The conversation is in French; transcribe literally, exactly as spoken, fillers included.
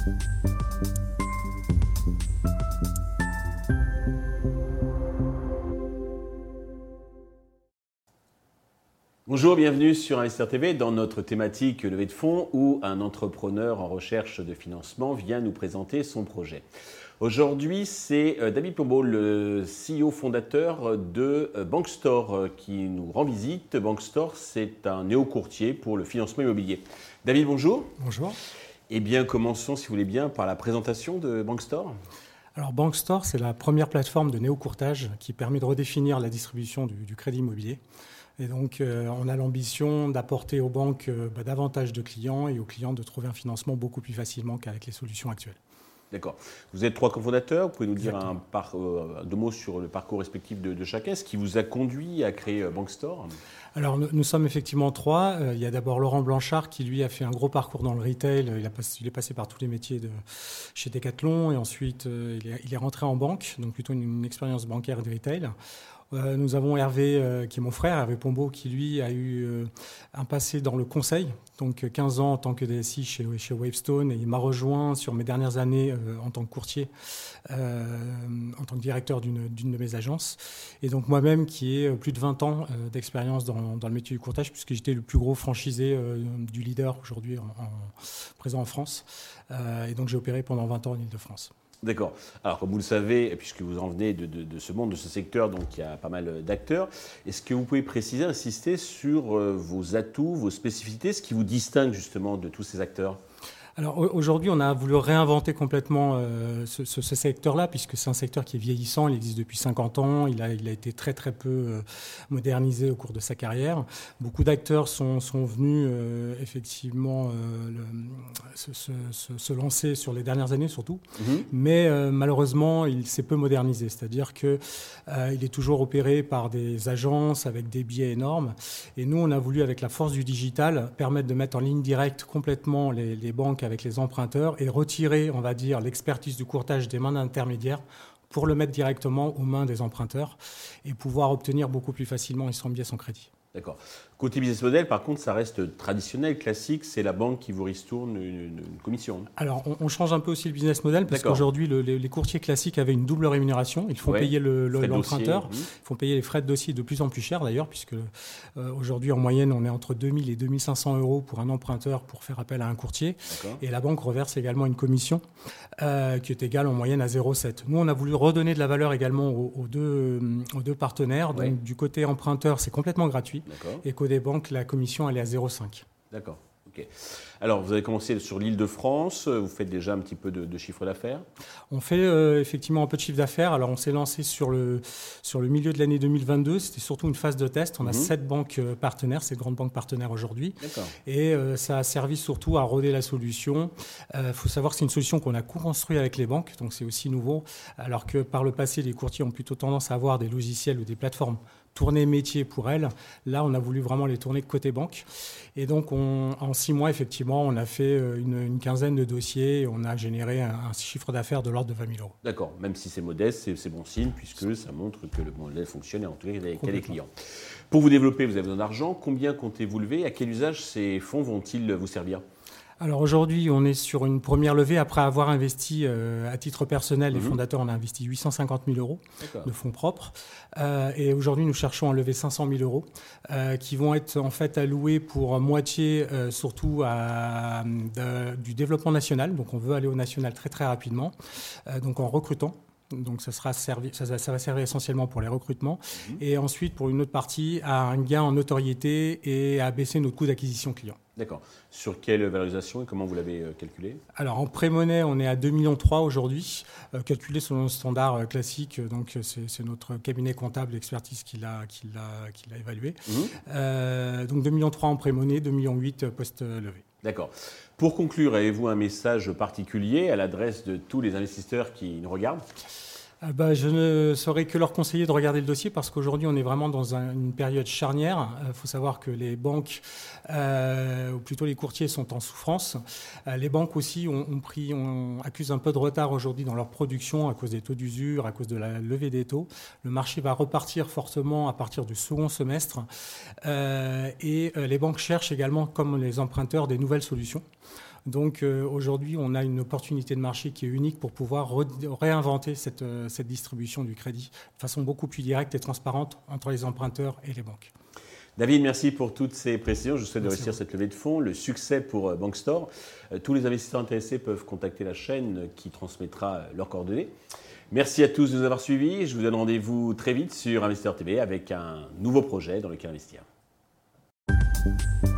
Bonjour, bienvenue sur Investir T V dans notre thématique levée de fonds où un entrepreneur en recherche de financement vient nous présenter son projet. Aujourd'hui, c'est David Plombeau, le C E O fondateur de Bankstore qui nous rend visite. Bankstore, c'est un néo-courtier pour le financement immobilier. David, bonjour. Bonjour. Eh bien, commençons, si vous voulez bien, par la présentation de Bankstore. Alors, Bankstore, c'est la première plateforme de néo-courtage qui permet de redéfinir la distribution du, du crédit immobilier. Et donc, euh, on a l'ambition d'apporter aux banques euh, bah, davantage de clients et aux clients de trouver un financement beaucoup plus facilement qu'avec les solutions actuelles. D'accord. Vous êtes trois cofondateurs. Vous pouvez nous dire un par, euh, deux mots sur le parcours respectif de, de chacun. Ce qui vous a conduit à créer euh, Bankstore? Alors, nous, nous sommes effectivement trois. Euh, il y a d'abord Laurent Blanchard qui, lui, a fait un gros parcours dans le retail. Il, a passé, il est passé par tous les métiers de chez Decathlon. Et ensuite, euh, il, est, il est rentré en banque, donc plutôt une, une expérience bancaire et de retail. Euh, nous avons Hervé, euh, qui est mon frère, Hervé Plombeau, qui lui a eu euh, un passé dans le conseil, donc quinze ans en tant que D S I chez, chez Wavestone, et il m'a rejoint sur mes dernières années euh, en tant que courtier, euh, en tant que directeur d'une, d'une de mes agences. Et donc moi-même qui ai plus de vingt ans euh, d'expérience dans, dans le métier du courtage, puisque j'étais le plus gros franchisé euh, du leader aujourd'hui en, en, présent en France. Euh, et donc j'ai opéré pendant vingt ans en Ile-de-France. D'accord. Alors, comme vous le savez, puisque vous en venez de, de, de ce monde, de ce secteur, donc il y a pas mal d'acteurs, est-ce que vous pouvez préciser, insister sur euh, vos atouts, vos spécificités, ce qui vous distingue justement de tous ces acteurs ? Alors aujourd'hui, on a voulu réinventer complètement euh, ce, ce, ce secteur-là, puisque c'est un secteur qui est vieillissant, il existe depuis cinquante ans, il a, il a été très très peu euh, modernisé au cours de sa carrière. Beaucoup d'acteurs sont, sont venus euh, effectivement euh, le, se, se, se lancer sur les dernières années surtout, mm-hmm. mais euh, malheureusement, il s'est peu modernisé, c'est-à-dire qu'il euh, est toujours opéré par des agences avec des biais énormes. Et nous, on a voulu, avec la force du digital, permettre de mettre en ligne directe complètement les, les banques avec les emprunteurs et retirer, on va dire, l'expertise du courtage des mains d'intermédiaires pour le mettre directement aux mains des emprunteurs et pouvoir obtenir beaucoup plus facilement et sans biais son crédit. D'accord. Côté business model, par contre, ça reste traditionnel, classique, c'est la banque qui vous ristourne une, une commission. Alors, on, on change un peu aussi le business model parce D'accord. qu'aujourd'hui, le, les, les courtiers classiques avaient une double rémunération. Ils font ouais, payer le, le, l'emprunteur, ils font payer les frais de dossier de plus en plus chers d'ailleurs, puisque euh, aujourd'hui, en moyenne, on est entre deux mille et deux mille cinq cents euros pour un emprunteur pour faire appel à un courtier. D'accord. Et la banque reverse également une commission euh, qui est égale en moyenne à zéro virgule sept. Nous, on a voulu redonner de la valeur également aux, aux, deux, aux deux partenaires. Donc, ouais. Du côté emprunteur, c'est complètement gratuit. D'accord. Et côté banque, la commission, elle est à zéro virgule cinq. D'accord. Okay. Alors, vous avez commencé sur l'Île-de-France. Vous faites déjà un petit peu de, de chiffre d'affaires ? On fait euh, effectivement un peu de chiffre d'affaires. Alors, on s'est lancé sur le, sur le milieu de l'année deux mille vingt-deux. C'était surtout une phase de test. On a mm-hmm. sept banques partenaires, sept grandes banques partenaires aujourd'hui. D'accord. Et euh, ça a servi surtout à roder la solution. Il euh, faut savoir que c'est une solution qu'on a co-construite avec les banques, donc c'est aussi nouveau. Alors que par le passé, les courtiers ont plutôt tendance à avoir des logiciels ou des plateformes tourner métier pour elles. Là, on a voulu vraiment les tourner côté banque. Et donc, on, en six mois, effectivement, on a fait une, une quinzaine de dossiers et on a généré un, un chiffre d'affaires de l'ordre de vingt mille euros. D'accord. Même si c'est modeste, c'est, c'est bon signe puisque ça montre que le modèle fonctionne et en tout cas, qu'il y a des clients. Pour vous développer, vous avez besoin d'argent. Combien comptez-vous lever ? À quel usage ces fonds vont-ils vous servir ? Alors aujourd'hui, on est sur une première levée après avoir investi euh, à titre personnel. Mmh. Les fondateurs, on a investi huit cent cinquante mille euros D'accord. de fonds propres. Euh, et aujourd'hui, nous cherchons à lever cinq cent mille euros euh, qui vont être en fait alloués pour moitié euh, surtout à, de, du développement national. Donc on veut aller au national très très rapidement, euh, donc en recrutant. Donc ça, sera servi, ça, ça va servir essentiellement pour les recrutements mmh. et ensuite pour une autre partie à un gain en notoriété et à baisser notre coût d'acquisition client. D'accord. Sur quelle valorisation et comment vous l'avez euh, calculé ? Alors en pré-monnaie, on est à deux virgule trois millions aujourd'hui, euh, calculé selon le standard euh, classique. Donc c'est, c'est notre cabinet comptable d'expertise qui l'a, qui l'a, qui l'a évalué. Mmh. Euh, donc deux virgule trois millions en pré-monnaie, deux virgule huit millions post-levée. D'accord. Pour conclure, avez-vous un message particulier à l'adresse de tous les investisseurs qui nous regardent ? Euh, bah, je ne saurais que leur conseiller de regarder le dossier parce qu'aujourd'hui, on est vraiment dans un, une période charnière. Il euh, faut savoir que les banques, euh, ou plutôt les courtiers, sont en souffrance. Euh, les banques aussi ont, ont pris, on accuse un peu de retard aujourd'hui dans leur production à cause des taux d'usure, à cause de la levée des taux. Le marché va repartir fortement à partir du second semestre. Euh, et euh, les banques cherchent également, comme les emprunteurs, des nouvelles solutions. Donc euh, aujourd'hui, on a une opportunité de marché qui est unique pour pouvoir re- réinventer cette, euh, cette distribution du crédit de façon beaucoup plus directe et transparente entre les emprunteurs et les banques. David, merci pour toutes ces précisions. Je vous souhaite de Merci réussir cette levée de fonds, le succès pour euh, Bankstore. Euh, tous les investisseurs intéressés peuvent contacter la chaîne qui transmettra leurs coordonnées. Merci à tous de nous avoir suivis. Je vous donne rendez-vous très vite sur Investisseur T V avec un nouveau projet dans lequel investir.